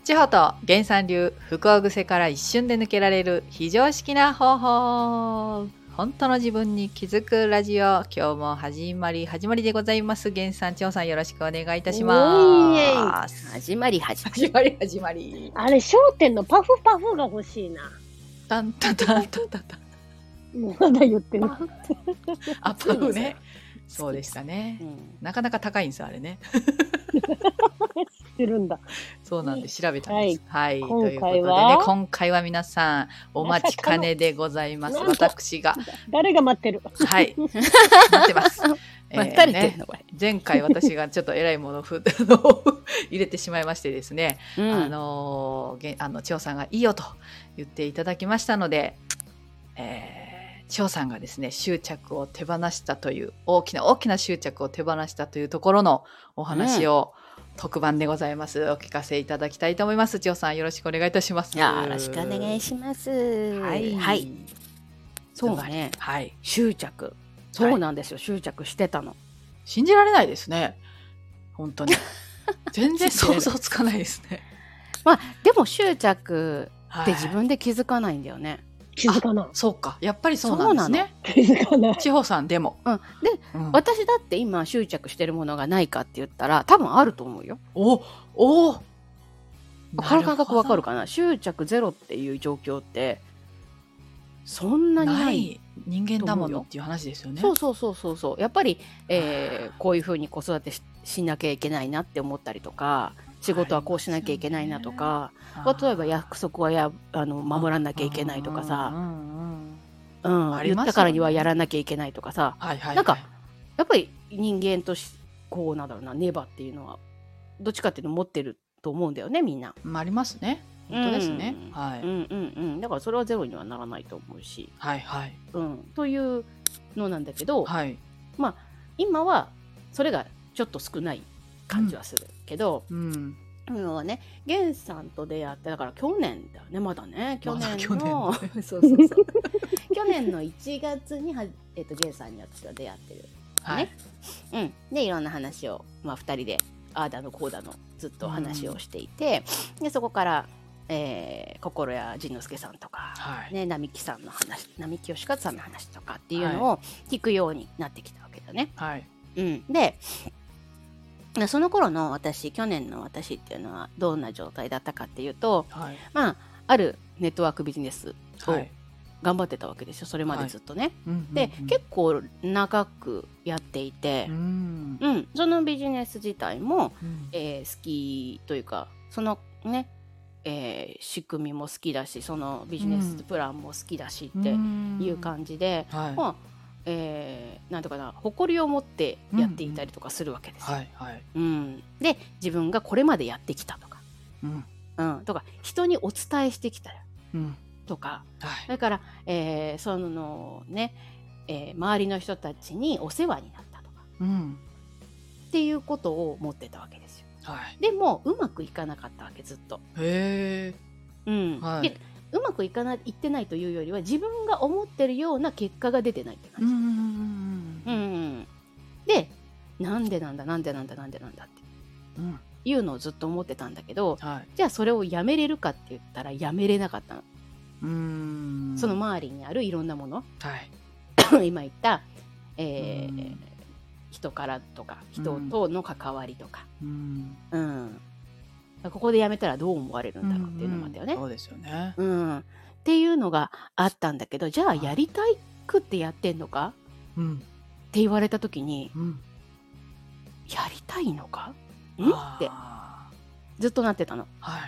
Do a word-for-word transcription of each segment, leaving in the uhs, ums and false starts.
地方と原産流不幸癖から一瞬で抜けられる非常識な方法。本当の自分に気づくラジオ、今日も始まり始まりでございます。原さん、千穂さん、よろしくお願いいたします。 始まり始まり始まり始まり。 あれ、焦点のパフパフが欲しいな。 タンタタンタタタン。 もうまだ言ってる。 あ、パフね。そうでしたね、うん、なかなか高いんですよあれね。 知ってるんだ。 そうなんで調べたんです。はい、はい、 今回はということでね、今回は皆さんお待ちかねでございます。私が誰が待ってる。 はい、待ってます。 えーね、 前回私がちょっとえらいものをふ入れてしまいましてですね、うん、あのあの千代さんがいいよと言っていただきましたので、えー千代さんがですね執着を手放したという大きな大きな執着を手放したというところのお話を、うん、特番でございます。お聞かせいただきたいと思います。千代さん、よろしくお願いいたします。 よろしくお願いします。 はい、 はい、そうね、はい、執着、そうなんですよ、はい、執着してたの。 信じられないですね本当に全然想像つかないですね。 まあでも執着って自分で気づかないんだよね、はい、 気づかない。 そうか、やっぱりそうなんですね。 気づかない。 千穂さんでも、 うん、で、うん、私だって今執着してるものがないかって言ったら多分あると思うよ。 おお、 この感覚わかるかな。執着ゼロっていう状況ってそんなにない、 ない人間だものっていう話ですよね。 そうそうそうそうそう。やっぱり、えー、こういうふうに子育て し, しなきゃいけないなって思ったりとか、仕事はこうしなきゃいけないなとか、ね、例えば約束はやあの守らなきゃいけないとかさ、うん、言ったからにはやらなきゃいけないとかさ、はいはいはい、なんかやっぱり人間としこうなんだろうな、ネバっていうのはどっちかっていうの持ってると思うんだよね、みんな。 ありますね。本当ですね。 うん、はい、うんうんうん。だからそれはゼロにはならないと思うし、 はいはい、 うん、というのなんだけど、 はい、 まあ今はそれがちょっと少ない感じはするけど、うん、今はね、源さんと出会ってだから去年だよね、まだね、去年の、ま、そうそうそう去年のいちがつには、えー、と源さんに私は出会ってる、ね、はい、うん、でいろんな話を、まあ、ふたりでああだのこうだのずっと話をしていて、うん、でそこからえー、心谷仁之助さんとか、はいね、並木さんの話、並木義和さんの話とかっていうのを聞くようになってきたわけだね。はい、うん、でその頃の私、去年の私っていうのはどんな状態だったかっていうと、はい、まああるネットワークビジネスを頑張ってたわけですよ、それまでずっとね。はい、うんうんうん、で結構長くやっていて、うんうん、そのビジネス自体も、うんえー、好きというか、そのねえー、仕組みも好きだし、そのビジネスプランも好きだしっていう感じで、うんはい、まあえー、なんとかな誇りを持ってやっていたりとかするわけですよ、うんはいはいうん、で自分がこれまでやってきたとか、うんうん、とか人にお伝えしてきたとか、うんはい、それから、えー、そのね、えー、周りの人たちにお世話になったとか、うん、っていうことを持ってたわけですよ。はい、でもうまくいかなかったわけ、ずっと。へー、うんはい、でうまくいかない、いってないというよりは自分が思ってるような結果が出てないって感じ。うんうんうん、でなんでなんだなんでなんだなんでなんだって、うん、いうのをずっと思ってたんだけど、はい、じゃあそれをやめれるかって言ったらやめれなかったの。うーん、その周りにあるいろんなもの、はい、今言った、えー人からとか人との関わりとか、うんうん、ここでやめたらどう思われるんだろうっていうのもあったよね、うんうん、 そうですよね、 うん、っていうのがあったんだけど、じゃあやりたいくってやってんのか、うん、って言われた時に、うん、やりたいのかんってずっとなってたの、はい、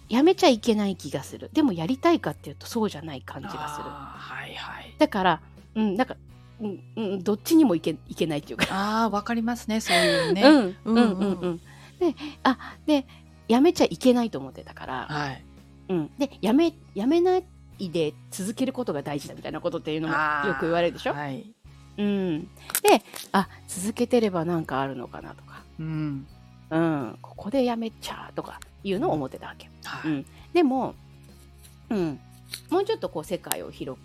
やめちゃいけない気がする。でもやりたいかっていうとそうじゃない感じがする、はいはい、だから、うん、なんかうんうん、どっちにもいけ、いけないっていうか、 ああ、わかりますね、そういうね、 うんうんうんうん、で、あ、でやめちゃいけないと思ってたから、はい、うん、でやめやめないで続けることが大事だみたいなことっていうのもよく言われるでしょ、はい、うん、で、あ、続けてればなんかあるのかなとか、うんうん、ここでやめちゃうとかいうのを思ってたわけ、はい、うん、でも、うん、もうちょっとこう世界を広く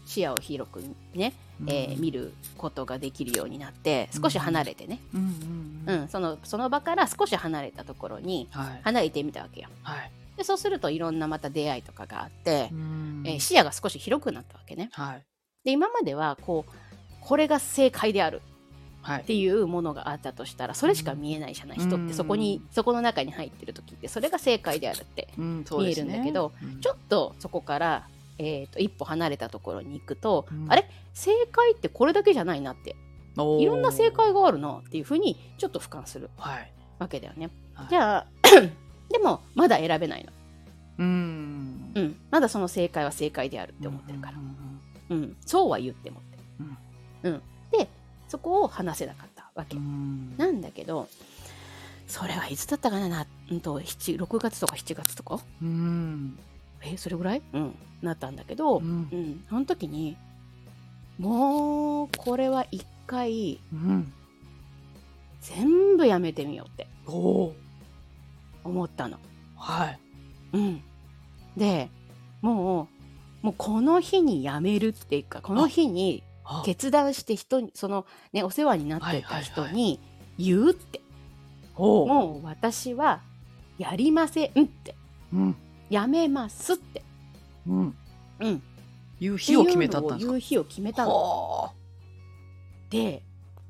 視野を広くね、えー、見ることができるようになって少し離れてね、うんうんうん、その、その場から少し離れたところに離れてみたわけよ、はい、でそうするといろんなまた出会いとかがあって、うんえー、視野が少し広くなったわけね、はい、で今まではこうこれが正解であるっていうものがあったとしたらそれしか見えないじゃない、うん、人ってそこにそこの中に入ってる時ってそれが正解であるって見えるんだけど、うんねうん、ちょっとそこから、えー、と一歩離れたところに行くと、うん、あれ正解ってこれだけじゃないなっていろんな正解があるなっていうふうにちょっと俯瞰するわけだよね、はい、じゃあでもまだ選べないの、うんうん、まだその正解は正解であるって思ってるから、うんうん、そうは言ってもって、うんうん、でそこを話せなかったわけなんだけど、それはいつだったかな、うんとろくがつとかしちがつとか、うんえそれぐらい、うん、なったんだけど、うんうん、その時にもうこれは一回、うん、全部やめてみようって思ったの。はい。うん。で、もうもうこの日にやめるっていうか、この日に決断して人にそのねお世話になってた人に言うって、はいはいはい、もう私はやりませんって、うん、やめますって、うんうん、 言う日を決めたんですか？ 言う日を決めたので、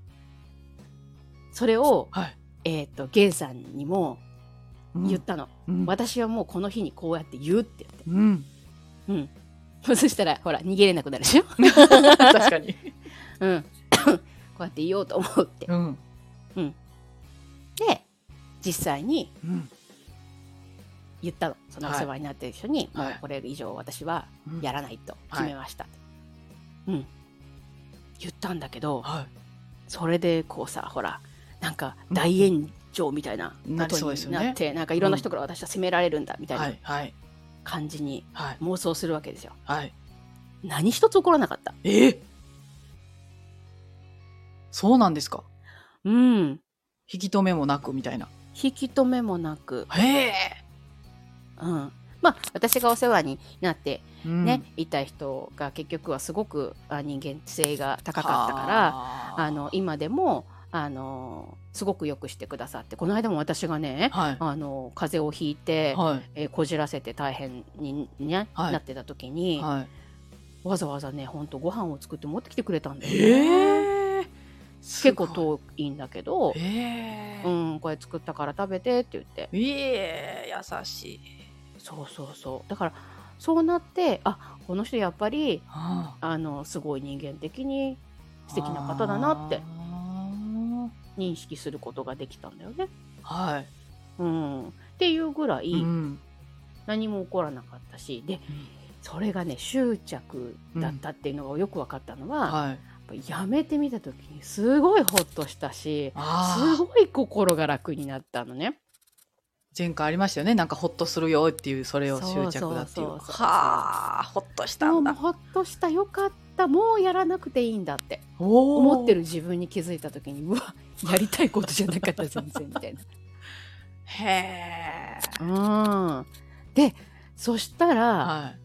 それを、はい、えっとゲンさんにも言ったの、うん、私はもうこの日にこうやって言うって言って、うんうんそしたらほら逃げれなくなるでしょ確かに、 うん、こうやって言おうと思うって、うんうん、で実際に言ったの、そのお世話になってる人に、はい、もうこれ以上私はやらないと決めました、はいうん、言ったんだけど、はい、それでこうさほらなんか大炎上みたいなことになって、うんね、なんかいろんな人から私は責められるんだみたいな、うんはいはい感じに妄想するわけですよ、はい、何一つ起こらなかった。 えー、そうなんですか。うん引き止めもなくみたいな。 引き止めもなく、 へえ、 うん、まあ私がお世話になってね、うん、いた人が結局はすごく人間性が高かったからあの今でもあのすごくよくしてくださって、この間も私がね、はい、あの風邪をひいて、はいえー、こじらせて大変に、ねはい、なってた時に、はい、わざわざねほんとご飯を作って持ってきてくれたんだよね、えー、結構遠いんだけど、えーうん、これ作ったから食べてって言って、 えー、優しい。 そうそうそう、だからそうなってあこの人やっぱり、はあ、あのすごい人間的に素敵な方だなって認識することができたんだよね。はい、うん、っていうぐらい、うん、何も起こらなかったし、で、うん、それがね執着だったっていうのがよく分かったのは、うんはい、やっぱやめてみた時にすごいホッとしたし、すごい心が楽になったのね。 前回ありましたよね、なんかホッとするよっていう、それを執着だっていう。はあ、ホッとしたんだ。 もうホッとした、よかった、もうやらなくていいんだって思ってる自分に気づいた時に、うわやりたいことじゃなかった全然みたいな。 へー、うん、でそしたら、はい、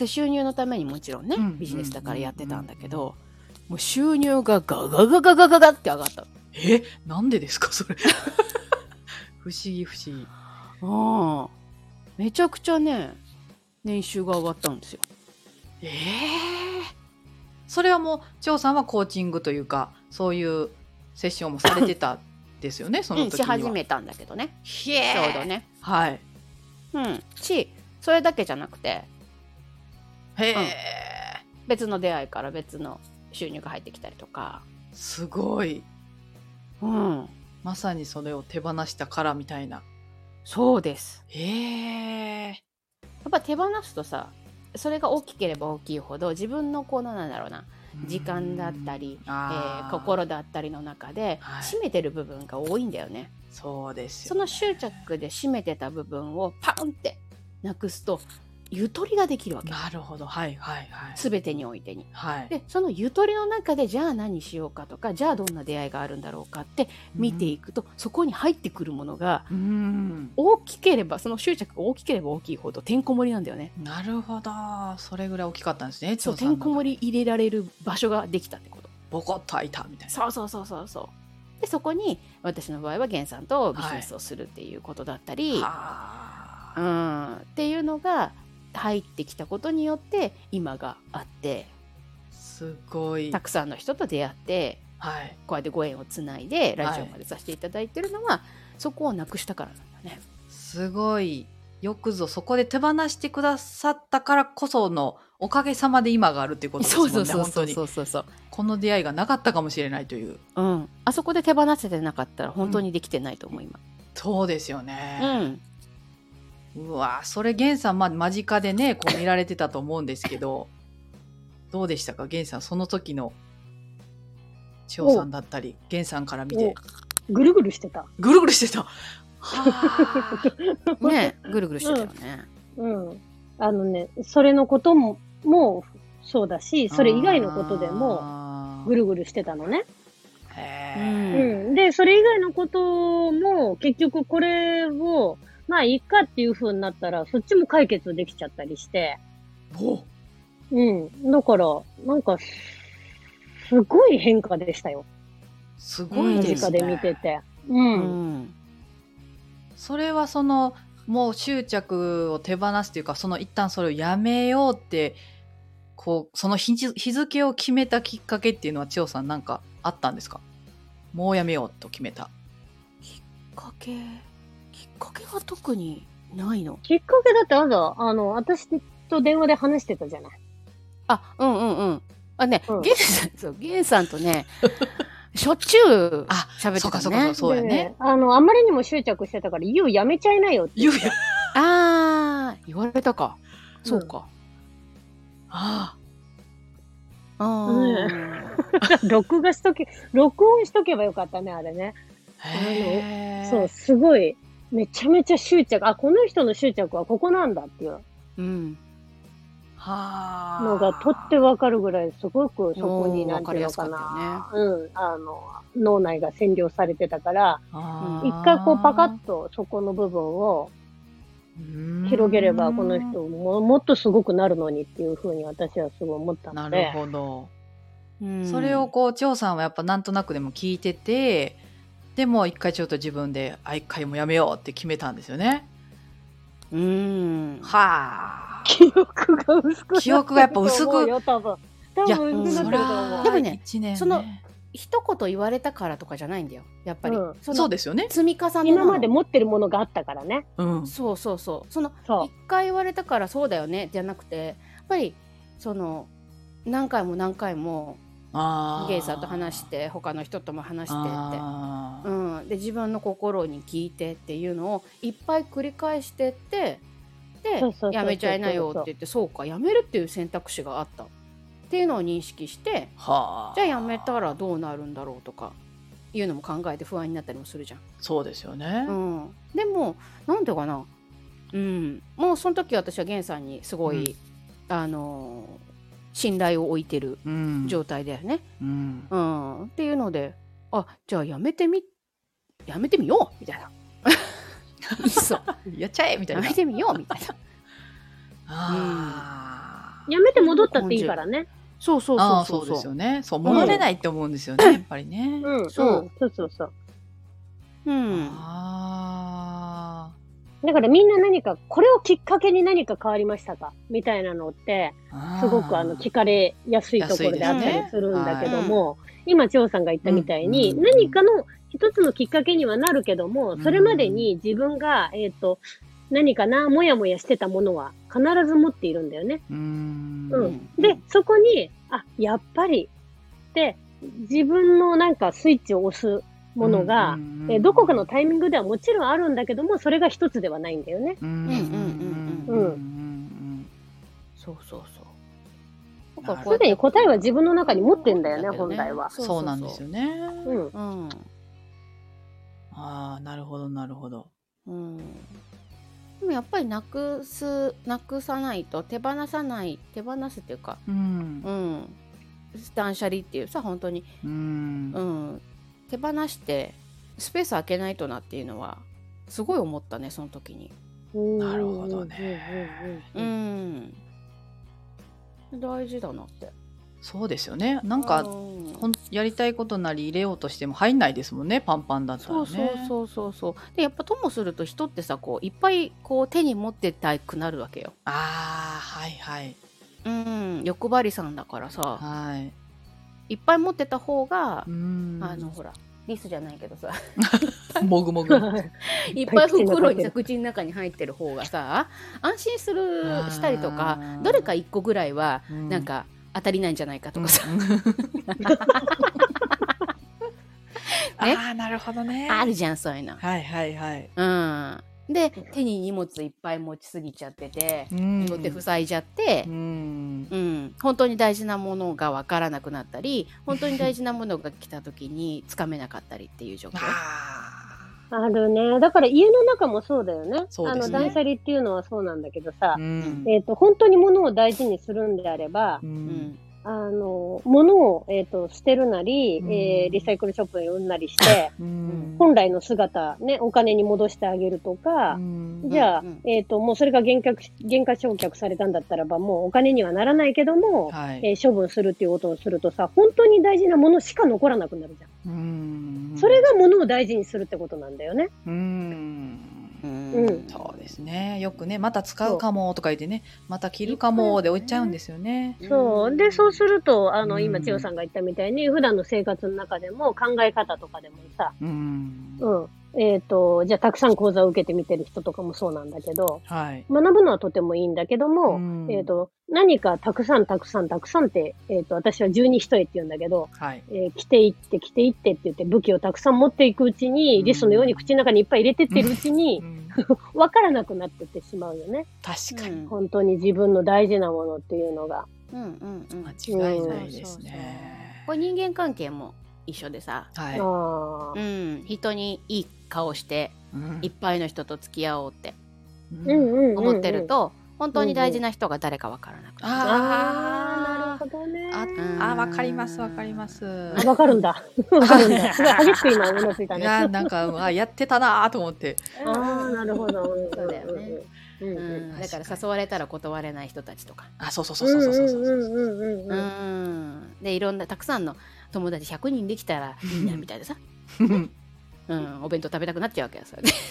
収入のためにもちろんね、うん、ビジネスだからやってたんだけど、うんうんうん、もう収入がガガガガガガガって上がった。 え、なんでですかそれ不思議不思議。 ああ、めちゃくちゃね年収が上がったんですよ。 えー、それはもう張さんはコーチングというかそういうセッションもされてたんですよねその時には。 うん、し始めたんだけどね、 ちょうどね、 はい、 うん、しそれだけじゃなくて、 へえ、うん、 別の出会いから別の収入が入ってきたりとか。 すごい、うん、まさにそれを手放したからみたいな。 そうです。 へえ。やっぱ手放すとさ、それが大きければ大きいほど自分のこうなんだろうな、時間だったり、えー、心だったりの中で占めてる部分が多いんだよね、はい、 そうですよね。 その執着で占めてた部分をパンってなくすとゆとりができるわけ。 なるほど、はいはいはい。 全てにおいてに。 はい。 でそのゆとりの中でじゃあ何しようかとか、じゃあどんな出会いがあるんだろうかって見ていくと、うん、そこに入ってくるものが、うん、大きければ、その執着が大きければ大きいほどてんこ盛りなんだよね。 なるほど、それぐらい大きかったんですね。 そう、てんこ盛り入れられる場所ができたってこと。 ボコッと開いたみたいな。 そうそうそうそうそう。でそこに私の場合は源さんとビジネスをするっていうことだったり、はい、うん、っていうのが入ってきたことによって今があって、 すごいたくさんの人と出会って、はい、こうやってご縁をつないでラジオまでさせていただいてるのは、はい、そこをなくしたからなんだね。 すごい、よくぞそこで手放してくださったからこそのおかげさまで今があるっていうことですもんね。 そうそうそうそうそうそう。この出会いがなかったかもしれないという、 うん、あそこで手放せてなかったら本当にできてないと思う、うん、今。 そうですよね、うん、うわ、それ源さん、まあ、間近でねこう見られてたと思うんですけどどうでしたか源さん、その時の千代さんだったり源さんから見て。 ぐるぐるしてた。 ぐるぐるしてた。はね、ぐるぐるしてたよね、 うんうん、あのね、それのことももそうだし、それ以外のことでもぐるぐるしてたのね。へー、うん、でそれ以外のことも結局これをまあいいかっていう風になったらそっちも解決できちゃったりして、 お、 うん、だからなんかすごい変化でしたよ。 すごいですね。 間近で見てて、うん、うん、 それはそのもう執着を手放すというか、その一旦それをやめようってこうその 日, 日付を決めたきっかけっていうのは千代さんなんかあったんですか？もうやめようと決めたきっかけきっかけは特にないの。 きっかけだってあんたあの私と電話で話してたじゃない。 あ、うんうんうん。あね、うん、ゲンさん、そう、ゲンさんとねしょっちゅう喋ってたね。 そうかそうかそうやね。 あの、あまりにも執着してたから、言うやめちゃいなよって言って。 あー、言われたか。そうか。うん、 ああ。あ録画しとけ、録音しとけばよかったね、あれね。へー。そう、すごい、めちゃめちゃ執着。あ、この人の執着はここなんだっていう。 うん。 はのがとってわかるぐらいすごくそこになんていうのかな、ね、うん、あの脳内が占領されてたから一回こうパカッとそこの部分を広げればこの人 も, もっとすごくなるのにっていうふうに私はすごい思ったので。 なるほど。それをこう千代さんはやっぱなんとなくでも聞いてて、でも一回ちょっと自分であ一回もやめようって決めたんですよね。 うーん、 はあ。 記憶が薄く記憶がやっぱ薄く、 よ多分多分薄くなってると思う。 でもね、 ね、 その一言言われたからとかじゃないんだよ、やっぱり、うん、 そ, そうですよね。 積み重ね今まで持ってるものがあったからね、 うん、そうそうそう、その一回言われたからそうだよねじゃなくて、やっぱりその何回も何回もゲイさんと話して他の人とも話してって、うん、で自分の心に聞いてっていうのをいっぱい繰り返してってでやめちゃいなよって言って、そうかやめるっていう選択肢があったっていうのを認識して、はあ、じゃあやめたらどうなるんだろうとかいうのも考えて不安になったりもするじゃん。 そうですよね、 うん、でもなんていうかな、うん、もうその時私はゲンさんにすごい、うん、あの信頼を置いてる状態だよね、うんうん、っていうので、あ、じゃあやめてみやめてみようみたいなそうやっちゃえみたいな、 やめてみようみたいなあ、うん、やめて戻ったっていいからね。 そうそうそうそう、 そうですよね。そう戻れないって思うんですよね、うん、やっぱりね、 うん、そう、そうそうそう、 うん、 あだからみんな何かこれをきっかけに何か変わりましたかみたいなのってすごくあの聞かれやすいところであったりするんだけども、ね、今千代さんが言ったみたいに、うん、何かの一つのきっかけにはなるけども、それまでに自分が、えっと、何かな、もやもやしてたものは必ず持っているんだよね。うん、うん。で、そこに、あ、やっぱり、で、自分のなんかスイッチを押すものが、えどこかのタイミングではもちろんあるんだけども、それが一つではないんだよね。うんうんうんうん。 そうそうそう。 だからすでに答えは自分の中に持ってんだよね、本来は。 そうなんですよね。 うん。 うん、ああ、なるほどなるほど。 うん。 でもやっぱりなくすなくさないと手放さない手放すっていうか、うん、うん、断捨離っていうさ本当に、うん、うん、手放してスペース空けないとなっていうのはすごい思ったねその時に。 なるほどね。 うん、大事だなって。 そうですよね。なんかほんやりたいことなり入れようとしても入んないですもんね、パンパンだったらね。 そうそうそうそうそう。でやっぱともすると人ってさこういっぱいこう手に持ってたくなるわけよ。 ああはいはい。 うん、欲張りさんだからさ、 はい、 いっぱい持ってた方がうんあのほらリスじゃないけどさもぐもぐいっぱい袋にさ口の中に入ってる方がさ安心するしたりとかどれかいっこぐらいはなんか当たりないんじゃないかとかさ、うんね、 ああなるほどね。 あるじゃんそういうの。 はいはいはい。 うん、で手に荷物いっぱい持ちすぎちゃってて、うん、両手塞いじゃって、うんうん、本当に大事なものが分からなくなったり本当に大事なものが来た時につかめなかったりっていう状況あるね。だから家の中もそうだよね。そうですね。あの断捨離っていうのはそうなんだけどさ、うん、えっと本当に物を大事にするんであれば、うん、あの物をえっと捨てるなり、うん、えー、リサイクルショップに売んなりして、うん、本来の姿ねお金に戻してあげるとか、うん、じゃあ、うん、えっともうそれが減価減価償却されたんだったらばもうお金にはならないけども、はい、えー、処分するっていうことをするとさ本当に大事なものしか残らなくなるじゃん。うんそれが物を大事にするってことなんだよね。うんうん、そうですね。よくねまた使うかもとか言ってねまた着るかもで置いちゃうんですよね。 そうでそうするとあの今千代さんが言ったみたいに普段の生活の中でも考え方とかでもさ、うんうんえっとじゃあたくさん講座を受けてみてる人とかもそうなんだけど、はい、学ぶのはとてもいいんだけども、えっと何かたくさんたくさんたくさんって、えっと私は十二一重って言うんだけど、はいえー、着ていって着ていってって言って武器をたくさん持っていくうちにリスのように口の中にいっぱい入れてってるうちに、分からなくなってってしまうよね。 確かに、 うん、本当に自分の大事なものっていうのが、 うんうんうん、間違いないですね。 これ人間関係も一緒でさ、はいあうん、人にいい顔して、うん、いっぱいの人と付き合おうって思ってると、本当に大事な人が誰か分からなくなる。 ああなるほどね。 ああ分かります分かります。 分かるんだ。分かるんだ。すごい激しく今うなずいたね。いやなんかあやってたなと思って。 ああなるほど。 そうだよね。うんうん、だから誘われたら断れない人たちとか。 あそうそうそうそうそうそうそう。 でいろんなたくさんの友達ひゃくにんできたらいいなみたいなさ。うん、お弁当食べたくなっちゃうわけよそれで。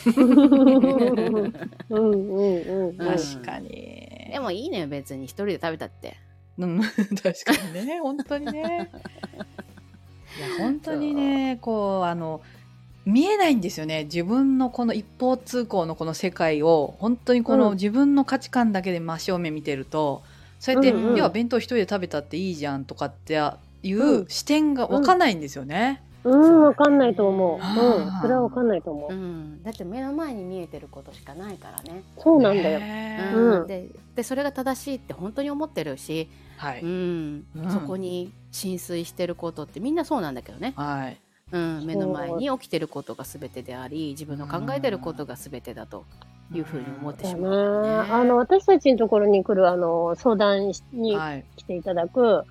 うんうんうん、確かに。 でもいいね別に一人で食べたって。 うん、確かにね本当にね。いや本当にねこうあの見えないんですよね自分のこの一方通行のこの世界を本当にこの自分の価値観だけで真正面見てると、うん、そうやって、うんうん、要は弁当一人で食べたっていいじゃんとかっていう視点が分かんないんですよね。 うん、うん、分かんないと思う。うん、それは分かんないと思う、 うん。だって目の前に見えてることしかないからね。 そうなんだよ。 うん、で, でそれが正しいって本当に思ってるし、はいうんうん、そこに浸水してることってみんなそうなんだけどね。はいうん、目の前に起きてることが全てであり自分の考えてることが全てだというふうに思ってしまう、ね、 あの私たちのところに来るあの相談に来ていただく、はい、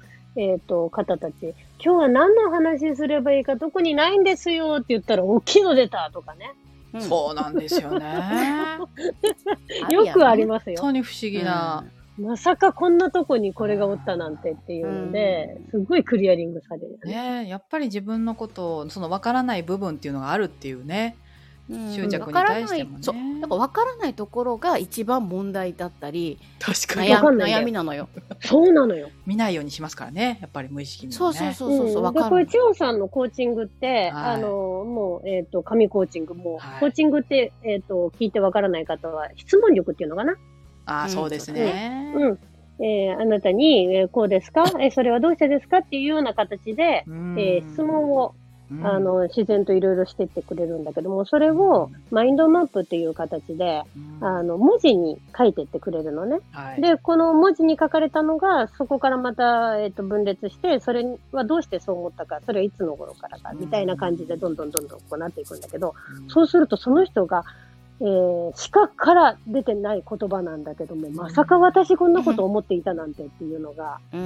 えーと、方たち今日は何の話すればいいか特にないんですよって言ったら大きいの出たとかね、 うん、そうなんですよねよくありますよ。 本当に不思議な、 うんまさかこんなとこにこれがおったなんてっていうので、すごいクリアリングされるね。ねやっぱり自分のことをその分からない部分っていうのがあるっていうね、うん、執着に対してもね。 そうだから分からないところが一番問題だったり確かに悩, 悩みなのよ。 そうなのよ。 見ないようにしますからねやっぱり無意識に、ね、 そうそうそうそう、 うん、でこれ千代さんのコーチングって、はい、あのもう、えーと、紙コーチングも、はい、コーチングって、えーと、聞いて分からない方は質問力っていうのかな。 あ、うん、そうですね。 うん、うんえー、あなたに、えー、こうですか、えー、それはどうしてですかっていうような形で、えー、質問をあの自然といろいろしてってくれるんだけどもそれをマインドマップっていう形であの文字に書いてってくれるのね、はい、でこの文字に書かれたのがそこからまた、えー、と分裂してそれはどうしてそう思ったかそれはいつの頃からかみたいな感じでどんどんどんどんこうなっていくんだけどそうするとその人がえー、鹿から出てない言葉なんだけども、まさか私こんなこと思っていたなんてっていうのが、うん、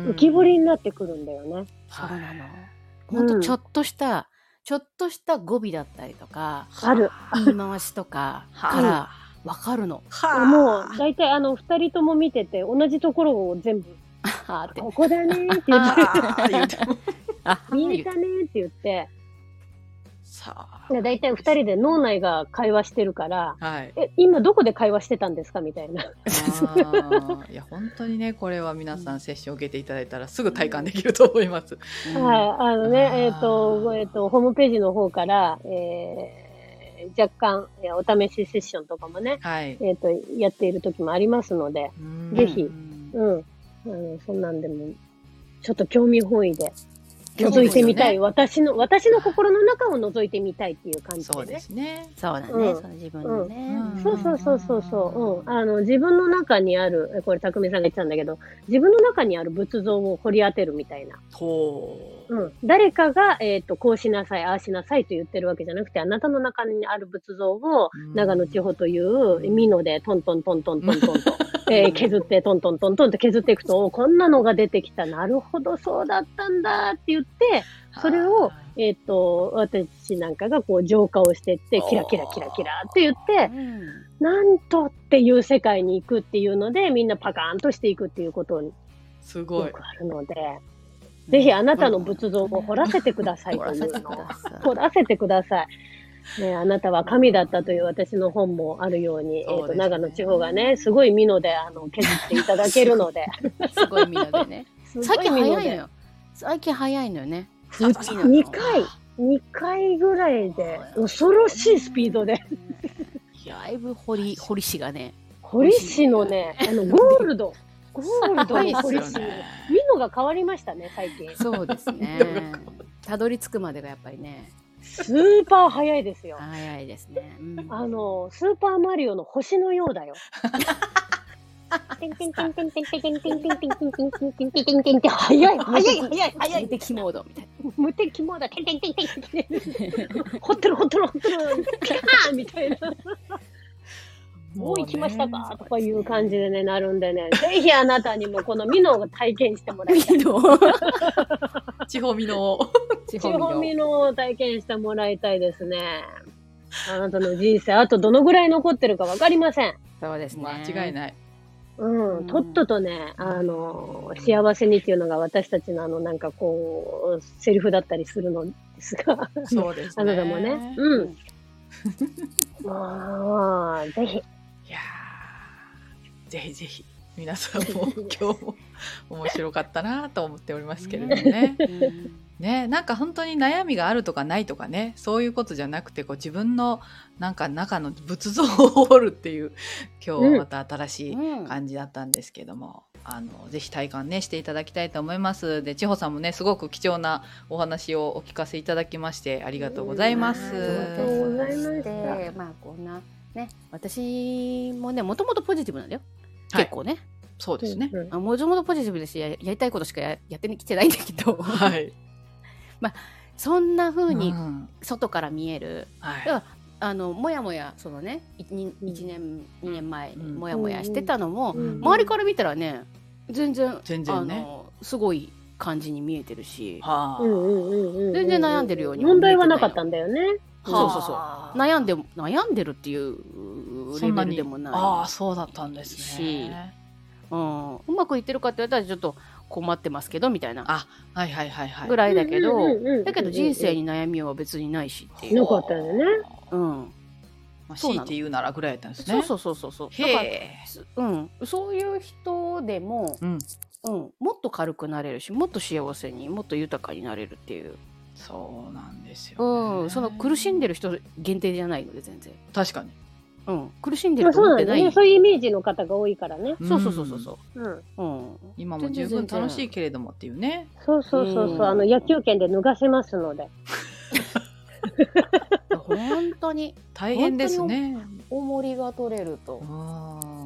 浮き彫りになってくるんだよね。 そうなの。ほんとちょっとした、うん、ちょっとした語尾だったりとか、 ある言い回しとかからわかるの。 もう大体あの二人とも見てて同じところを全部ここだねって言って見えたねって言って。さあ、だいたいふたりで脳内が会話してるから、はい、え今どこで会話してたんですかみたいな。 あいや本当にねこれは皆さんセッションを受けていただいたらすぐ体感できると思います。 うん、はいあのねえっ、ー、とえっ、ー、とホームページの方から、えー、若干お試しセッションとかもね、はい、えっ、ー、とやっている時もありますので、ぜひうんあのそんなんでもちょっと興味本位で。覗いてみたい、ね、私の私の心の中を覗いてみたいっていう感じでね。 そうですね。そうだね。 うん、 その自分のね、 うん。そうそうそうそうそう。うん、あの自分の中にあるこれ匠さんが言ってたんだけど、自分の中にある仏像を掘り当てるみたいな。ほう。うん。誰かがえっ、ー、とこうしなさいああしなさいと言ってるわけじゃなくて、あなたの中にある仏像を長野地方という美濃でトントントントントントンと。えー、削ってトントントントンって削っていくとこんなのが出てきたなるほどそうだったんだって言ってそれを、えー、と私なんかがこう浄化をしていってキラキラキラキラって言って、うん、なんとっていう世界に行くっていうのでみんなパカーンとしていくっていうことにすごいよくあるのでぜひあなたの仏像を掘らせてくださいというのを掘らせてください。ね、あなたは神だったという私の本もあるように、うね、えーと長野地方がねすごい美濃であの削っていただけるのですごい美濃でね最近早いのよ最近早いのよねにかいにかいぐらいで恐ろしいスピードでだいぶ堀堀氏がね堀氏のねあのゴールドゴールドの堀氏美濃が変わりましたね最近。 そうですねたどり着くまでがやっぱりねスーパー早いですよ。 早いですね。うん、 あのスーパーマリオの星のようだよ。テンテンテンテンテンテンテンテンテンテンテンテンテンテンテンテンテンテン早い早い早い早い無敵モードみたいな。 無敵モードテンテンテンテンテンホってるホってるホってるピカーみたいな。もう行きましたかとかいう感じでねなるんでねぜひあなたにもこの美濃を体験してもらいたい。 地方美濃地方美濃を体験してもらいたいですね。あなたの人生あとどのぐらい残ってるか分かりません。 そうですね間違いない。 うん、とっととねあの幸せにっていうのが私たちのあのなんかこうセリフだったりするのですがそうですねあなたもねうんもうぜひいやぜひぜひ皆さんも今日も面白かったなと思っておりますけれどもね。ね、なんか本当に悩みがあるとかないとかねそういうことじゃなくてこう自分のなんか中の仏像を掘るっていう今日はまた新しい感じだったんですけども、うん、あのぜひ体感ねしていただきたいと思います。で千穂さんもねすごく貴重なお話をお聞かせいただきましてありがとうございます。 ありがとうございました。 まあこんなね私もねもともとポジティブなんだよ、はい、結構ねそうですね、 うん、もともとポジティブですし や, やりたいことしか や, やってきてないんだけど、 はいまあ、そんな風に外から見える、うんはい、だからあのもやもやそのね いち, いちねんにねんまえにもやもやしてたのも、うん、周りから見たらね全然全然、ね、 あのすごい感じに見えてるし、 はあ、 全然悩んでるように問題はなかったんだよね。 そうそうそう悩んで悩んでるっていうレベルでもないし、 ああそうだったんですね。 うん、うまくいってるかって言ったらちょっと困ってますけどみたいなあ、はいはいはいはい、 ぐらいだけど、だけど人生に悩みは別にないしっていう。 なかったよね。 うん。 まあ、強いて言うならぐらいだったんですね。 そうそうそうそう。だから、うん、そういう人でも、うんうん、もっと軽くなれるし、もっと幸せに、もっと豊かになれるっていう。 そうなんですよ、ね。 うん、その苦しんでる人限定じゃないので全然。 確かに。 うん、苦しんでると思ってない、 まあ、そうなんだね。そういうイメージの方が多いからね。 そうそうそうそうそう、 うんうん、今も十分楽しいけれどもっていうね。 そうそうそうそう、あの野球券で脱がせますので本当に大変ですね。 おもりが取れると、うん、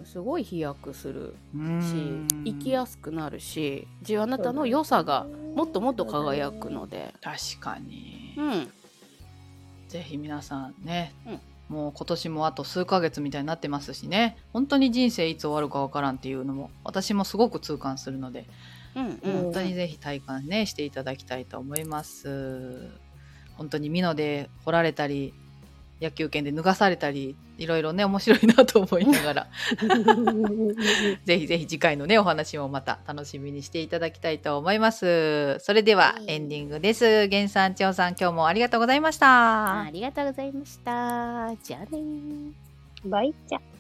すごい飛躍するし生きやすくなるし、自分あなたの良さがもっともっと輝くので。 確かに、 うん、 ぜひ皆さんね、うん、 もう今年もあと数ヶ月みたいになってますしね、本当に人生いつ終わるかわからんっていうのも私もすごく痛感するので、うんうん、本当にぜひ体感ねしていただきたいと思います。本当に美濃で掘られたり野球拳で脱がされたりいろいろね面白いなと思いながらぜひぜひ次回のねお話もまた楽しみにしていただきたいと思います。それではエンディングです。げんさん、ちおさん、今日もありがとうございました。 ありがとうございました。じゃあね。 バイチャ。